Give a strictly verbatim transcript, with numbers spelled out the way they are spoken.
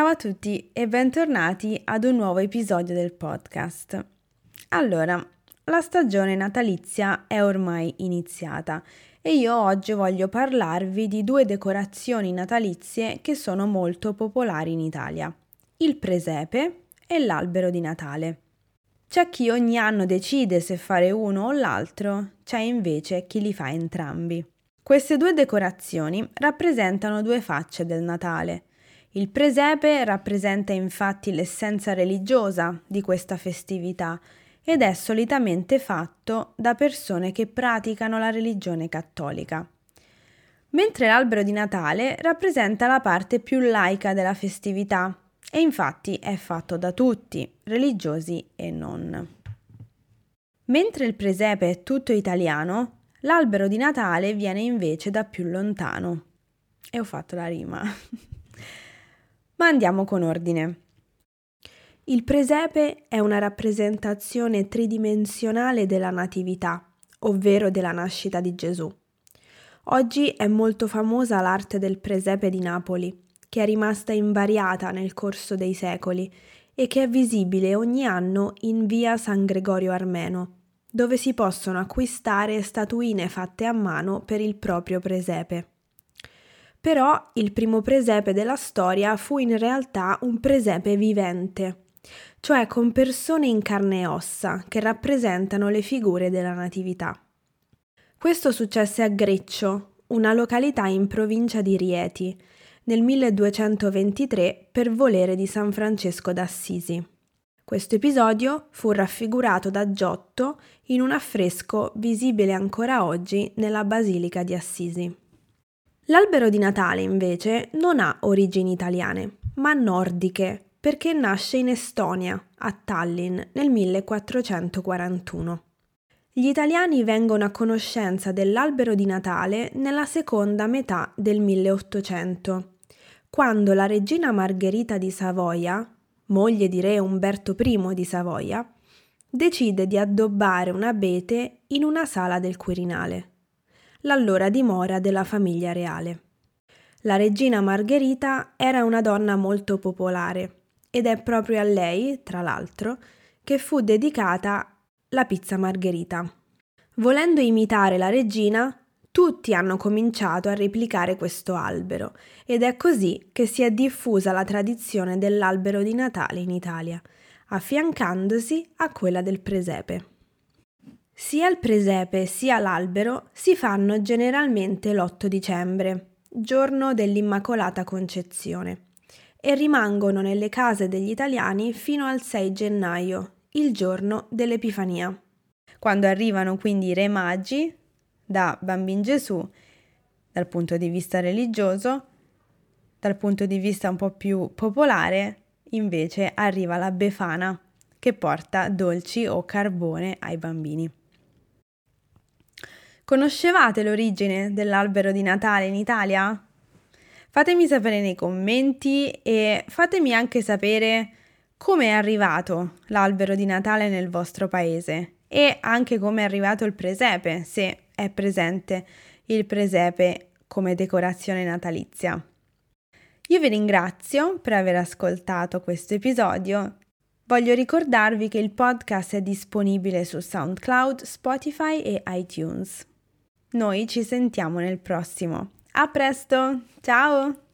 Ciao a tutti e bentornati ad un nuovo episodio del podcast. Allora, la stagione natalizia è ormai iniziata e io oggi voglio parlarvi di due decorazioni natalizie che sono molto popolari in Italia: il presepe e l'albero di Natale. C'è chi ogni anno decide se fare uno o l'altro, c'è invece chi li fa entrambi. Queste due decorazioni rappresentano due facce del Natale. Il presepe rappresenta infatti l'essenza religiosa di questa festività ed è solitamente fatto da persone che praticano la religione cattolica. Mentre l'albero di Natale rappresenta la parte più laica della festività e infatti è fatto da tutti, religiosi e non. Mentre il presepe è tutto italiano, l'albero di Natale viene invece da più lontano. E ho fatto la rima. Ma andiamo con ordine. Il presepe è una rappresentazione tridimensionale della natività, ovvero della nascita di Gesù. Oggi è molto famosa l'arte del presepe di Napoli, che è rimasta invariata nel corso dei secoli e che è visibile ogni anno in via San Gregorio Armeno, dove si possono acquistare statuine fatte a mano per il proprio presepe. Però il primo presepe della storia fu in realtà un presepe vivente, cioè con persone in carne e ossa che rappresentano le figure della natività. Questo successe a Greccio, una località in provincia di Rieti, nel milleduecentoventitré per volere di San Francesco d'Assisi. Questo episodio fu raffigurato da Giotto in un affresco visibile ancora oggi nella Basilica di Assisi. L'albero di Natale, invece, non ha origini italiane, ma nordiche, perché nasce in Estonia, a Tallinn, nel millequattrocentoquarantuno. Gli italiani vengono a conoscenza dell'albero di Natale nella seconda metà del milleottocento, quando la regina Margherita di Savoia, moglie di re Umberto I di Savoia, decide di addobbare un abete in una sala del Quirinale, l'allora dimora della famiglia reale. La regina Margherita era una donna molto popolare ed è proprio a lei, tra l'altro, che fu dedicata la pizza margherita. Volendo imitare la regina, tutti hanno cominciato a replicare questo albero ed è così che si è diffusa la tradizione dell'albero di Natale in Italia, affiancandosi a quella del presepe. Sia il presepe sia l'albero si fanno generalmente l'otto dicembre, giorno dell'Immacolata Concezione, e rimangono nelle case degli italiani fino al sei gennaio, il giorno dell'Epifania, quando arrivano quindi i re magi da Bambin Gesù, dal punto di vista religioso. Dal punto di vista un po' più popolare, invece, arriva la Befana, che porta dolci o carbone ai bambini. Conoscevate l'origine dell'albero di Natale in Italia? Fatemi sapere nei commenti e fatemi anche sapere come è arrivato l'albero di Natale nel vostro paese e anche come è arrivato il presepe, se è presente il presepe come decorazione natalizia. Io vi ringrazio per aver ascoltato questo episodio. Voglio ricordarvi che il podcast è disponibile su SoundCloud, Spotify e iTunes. Noi ci sentiamo nel prossimo. A presto! Ciao!